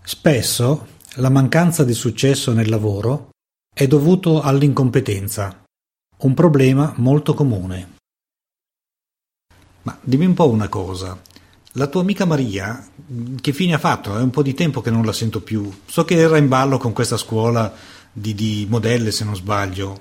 Spesso la mancanza di successo nel lavoro è dovuto all'incompetenza, un problema molto comune. Ma dimmi un po' una cosa, la tua amica Maria, che fine ha fatto? È un po' di tempo che non la sento più. So che era in ballo con questa scuola di modelle, se non sbaglio.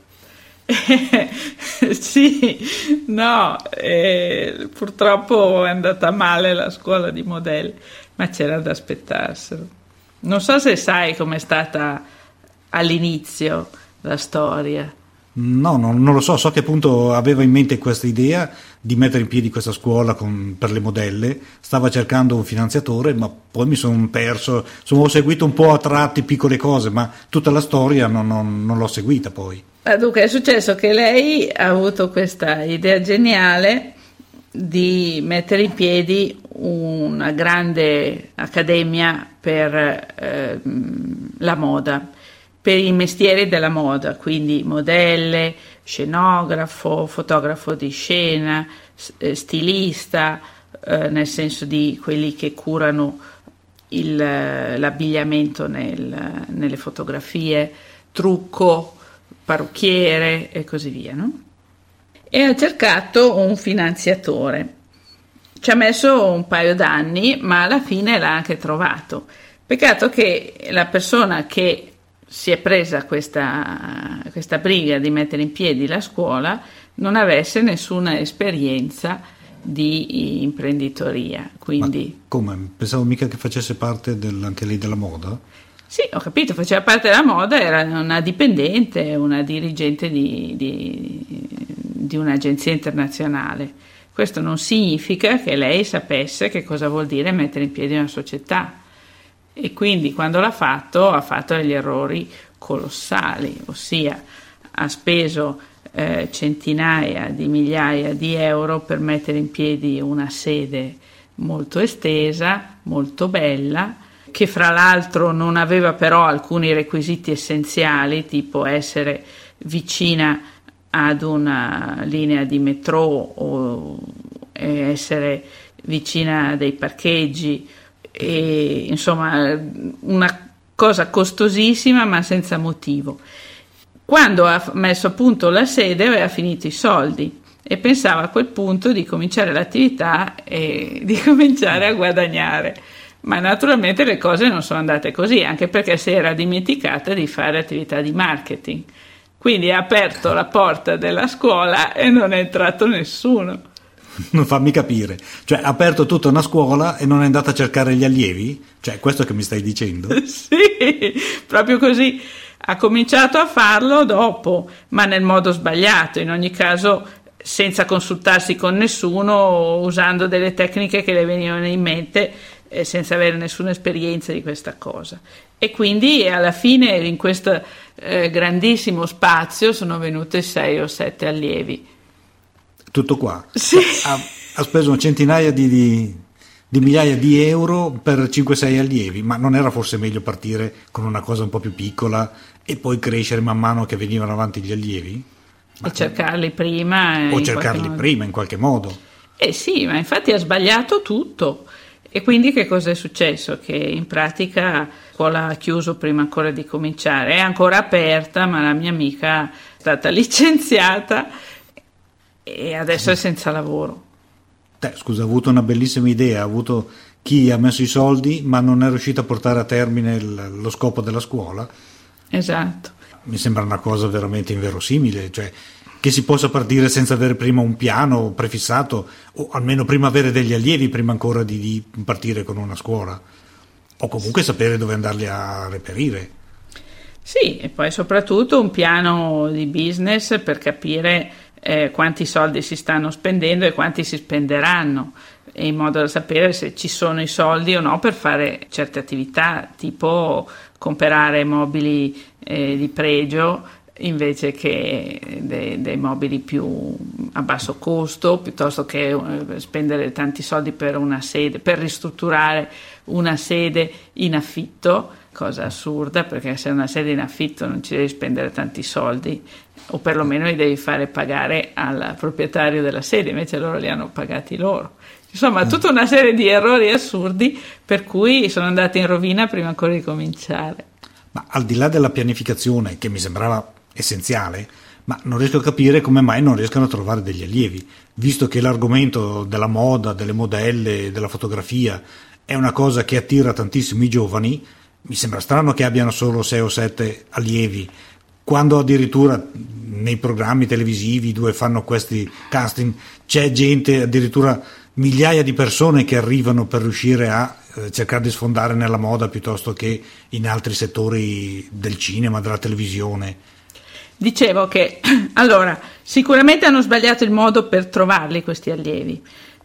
Sì, no, purtroppo è andata male la scuola di modelli, ma c'era da aspettarselo. Non so se sai com'è stata all'inizio la storia. No, non lo so, so che appunto aveva in mente questa idea di mettere in piedi questa scuola per le modelle, stava cercando un finanziatore, ma poi mi sono perso, ho seguito un po' a tratti piccole cose, ma tutta la storia non l'ho seguita poi. Dunque è successo che lei ha avuto questa idea geniale di mettere in piedi una grande accademia per la moda, per i mestieri della moda, quindi modelle, scenografo, fotografo di scena, stilista, nel senso di quelli che curano l'abbigliamento nelle fotografie, trucco, parrucchiere e così via, no? E ha cercato un finanziatore. Ci ha messo un paio d'anni, ma alla fine l'ha anche trovato. Peccato che la persona che si è presa questa briga di mettere in piedi la scuola non avesse nessuna esperienza di imprenditoria. Quindi... Ma come? Pensavo mica che facesse parte anche lei della moda? Sì, ho capito, faceva parte della moda, era una dipendente, una dirigente di un'agenzia internazionale. Questo non significa che lei sapesse che cosa vuol dire mettere in piedi una società. E quindi quando ha fatto degli errori colossali, ossia ha speso centinaia di migliaia di euro per mettere in piedi una sede molto estesa, molto bella, che fra l'altro non aveva però alcuni requisiti essenziali, tipo essere vicina ad una linea di metro o essere vicina a dei parcheggi, e insomma una cosa costosissima ma senza motivo. Quando ha messo a punto la sede aveva finito i soldi e pensava a quel punto di cominciare l'attività e di cominciare a guadagnare, ma naturalmente le cose non sono andate così, anche perché si era dimenticata di fare attività di marketing. Quindi ha aperto la porta della scuola e non è entrato nessuno. Non fammi capire, cioè ha aperto tutta una scuola e non è andata a cercare gli allievi? Cioè questo che mi stai dicendo? Sì, proprio così. Ha cominciato a farlo dopo, ma nel modo sbagliato, in ogni caso senza consultarsi con nessuno, usando delle tecniche che le venivano in mente, senza avere nessuna esperienza di questa cosa. E quindi alla fine in questo grandissimo spazio sono venute 6 o 7 allievi. Tutto qua? Sì. Ha speso centinaia di migliaia di euro per 5-6 allievi, ma non era forse meglio partire con una cosa un po' più piccola e poi crescere man mano che venivano avanti gli allievi? E cercarli prima. O cercarli prima in qualche modo. Sì, ma infatti ha sbagliato tutto. E quindi che cosa è successo? Che in pratica la scuola ha chiuso prima ancora di cominciare. È ancora aperta, ma la mia amica è stata licenziata e adesso è senza lavoro. Scusa, ha avuto una bellissima idea, ha avuto chi ha messo i soldi ma non è riuscito a portare a termine lo scopo della scuola. Esatto. Mi sembra una cosa veramente inverosimile, cioè che si possa partire senza avere prima un piano prefissato, o almeno prima avere degli allievi prima ancora di partire con una scuola, o comunque sapere dove andarli a reperire. Sì, e poi soprattutto un piano di business per capire quanti soldi si stanno spendendo e quanti si spenderanno, in modo da sapere se ci sono i soldi o no per fare certe attività, tipo comprare mobili di pregio invece che dei mobili più a basso costo, piuttosto che spendere tanti soldi per una sede, per ristrutturare una sede in affitto, cosa assurda, perché se è una sede in affitto non ci devi spendere tanti soldi, o perlomeno li devi fare pagare al proprietario della sede, invece loro li hanno pagati loro. Insomma, tutta una serie di errori assurdi per cui sono andati in rovina prima ancora di cominciare. Ma al di là della pianificazione, che mi sembrava essenziale, ma non riesco a capire come mai non riescano a trovare degli allievi, visto che l'argomento della moda, delle modelle, della fotografia è una cosa che attira tantissimo i giovani. Mi sembra strano che abbiano solo 6 o 7 allievi, quando addirittura nei programmi televisivi dove fanno questi casting c'è gente, addirittura migliaia di persone che arrivano per riuscire a cercare di sfondare nella moda piuttosto che in altri settori del cinema, della televisione. Dicevo che, allora, sicuramente hanno sbagliato il modo per trovarli questi allievi.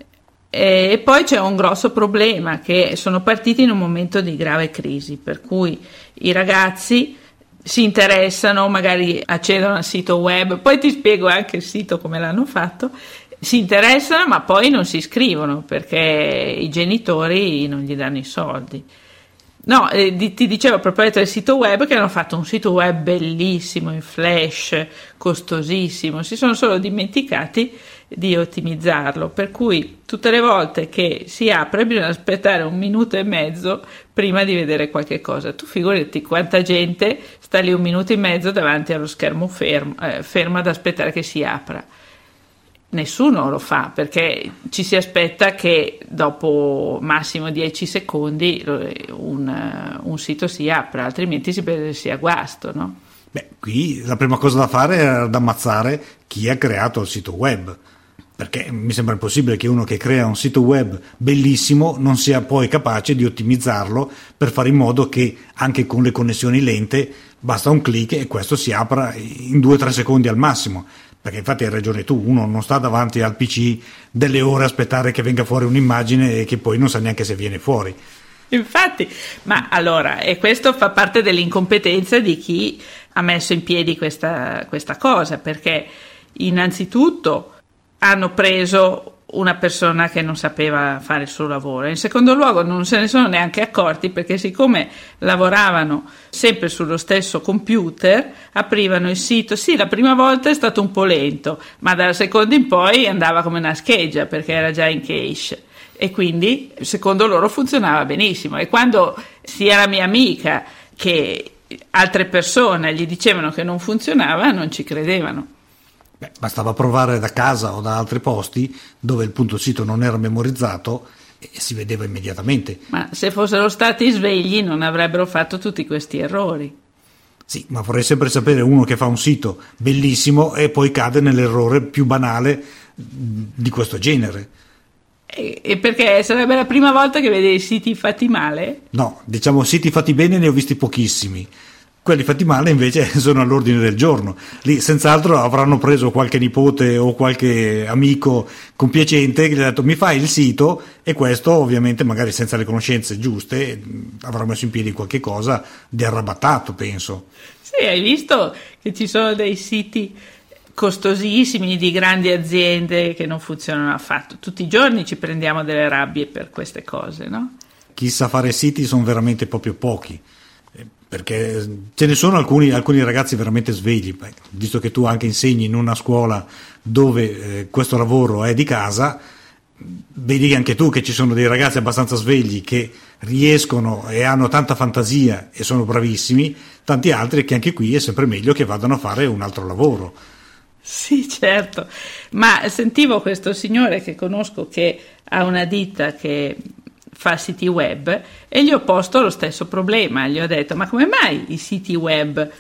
E poi c'è un grosso problema, che sono partiti in un momento di grave crisi, per cui i ragazzi si interessano, magari accedono al sito web, poi ti spiego anche il sito come l'hanno fatto, si interessano ma poi non si iscrivono perché i genitori non gli danno i soldi. No, ti dicevo a proposito del sito web che hanno fatto un sito web bellissimo in Flash, costosissimo, si sono solo dimenticati di ottimizzarlo, per cui tutte le volte che si apre bisogna aspettare 1 minuto e mezzo prima di vedere qualche cosa. Tu figurati quanta gente sta lì 1 minuto e mezzo davanti allo schermo ferma ad aspettare che si apra. Nessuno lo fa perché ci si aspetta che dopo massimo 10 secondi un sito si apra, altrimenti si a guasto, no? Beh, qui la prima cosa da fare era ad ammazzare chi ha creato il sito web, perché mi sembra impossibile che uno che crea un sito web bellissimo non sia poi capace di ottimizzarlo per fare in modo che anche con le connessioni lente basta un click e questo si apra in 2-3 secondi al massimo. Perché infatti hai ragione tu, uno non sta davanti al PC delle ore a aspettare che venga fuori un'immagine e che poi non sa neanche se viene fuori. Infatti, ma allora, e questo fa parte dell'incompetenza di chi ha messo in piedi questa cosa, perché innanzitutto hanno preso una persona che non sapeva fare il suo lavoro, in secondo luogo non se ne sono neanche accorti perché siccome lavoravano sempre sullo stesso computer aprivano il sito, sì la prima volta è stato un po' lento ma dal secondo in poi andava come una scheggia perché era già in cache e quindi secondo loro funzionava benissimo e quando sia la mia amica che altre persone gli dicevano che non funzionava non ci credevano. Beh, bastava provare da casa o da altri posti dove il punto sito non era memorizzato e si vedeva immediatamente. Ma se fossero stati svegli non avrebbero fatto tutti questi errori. Sì, ma vorrei sempre sapere uno che fa un sito bellissimo e poi cade nell'errore più banale di questo genere. E perché sarebbe la prima volta che vedi i siti fatti male? No, diciamo siti fatti bene ne ho visti pochissimi. Quelli fatti male invece sono all'ordine del giorno. Lì senz'altro avranno preso qualche nipote o qualche amico compiacente che gli ha detto mi fai il sito e questo ovviamente magari senza le conoscenze giuste avrà messo in piedi qualche cosa di arrabattato, penso. Sì, hai visto che ci sono dei siti costosissimi di grandi aziende che non funzionano affatto. Tutti i giorni ci prendiamo delle rabbie per queste cose, no? Chi sa fare siti sono veramente proprio pochi. Perché ce ne sono alcuni ragazzi veramente svegli, visto che tu anche insegni in una scuola dove questo lavoro è di casa, vedi anche tu che ci sono dei ragazzi abbastanza svegli che riescono e hanno tanta fantasia e sono bravissimi, tanti altri che anche qui è sempre meglio che vadano a fare un altro lavoro. Sì, certo, ma sentivo questo signore che conosco che ha una ditta che fa siti web e gli ho posto lo stesso problema, gli ho detto ma come mai i siti web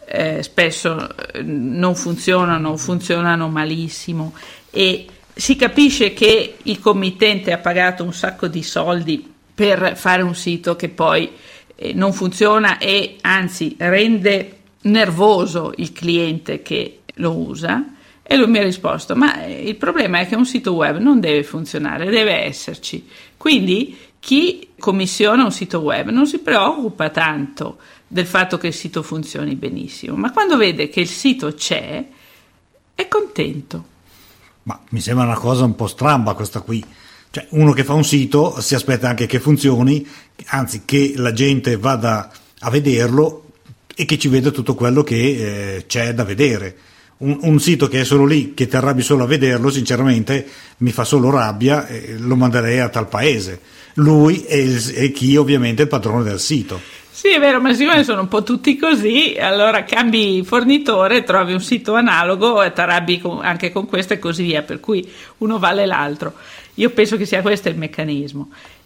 spesso non funzionano malissimo e si capisce che il committente ha pagato un sacco di soldi per fare un sito che poi non funziona e anzi rende nervoso il cliente che lo usa. E lui mi ha risposto ma il problema è che un sito web non deve funzionare, deve esserci, quindi chi commissiona un sito web non si preoccupa tanto del fatto che il sito funzioni benissimo, ma quando vede che il sito c'è è contento. Ma mi sembra una cosa un po' stramba questa qui. Cioè, uno che fa un sito si aspetta anche che funzioni, anzi che la gente vada a vederlo e che ci veda tutto quello che c'è da vedere. un sito che è solo lì, che ti arrabbi solo a vederlo, sinceramente mi fa solo rabbia, lo manderei a tal paese. Lui e chi ovviamente è il padrone del sito. Sì, è vero, ma siccome sono un po' tutti così, allora cambi fornitore, trovi un sito analogo e ti arrabbi anche con questo e così via, per cui uno vale l'altro. Io penso che sia questo il meccanismo.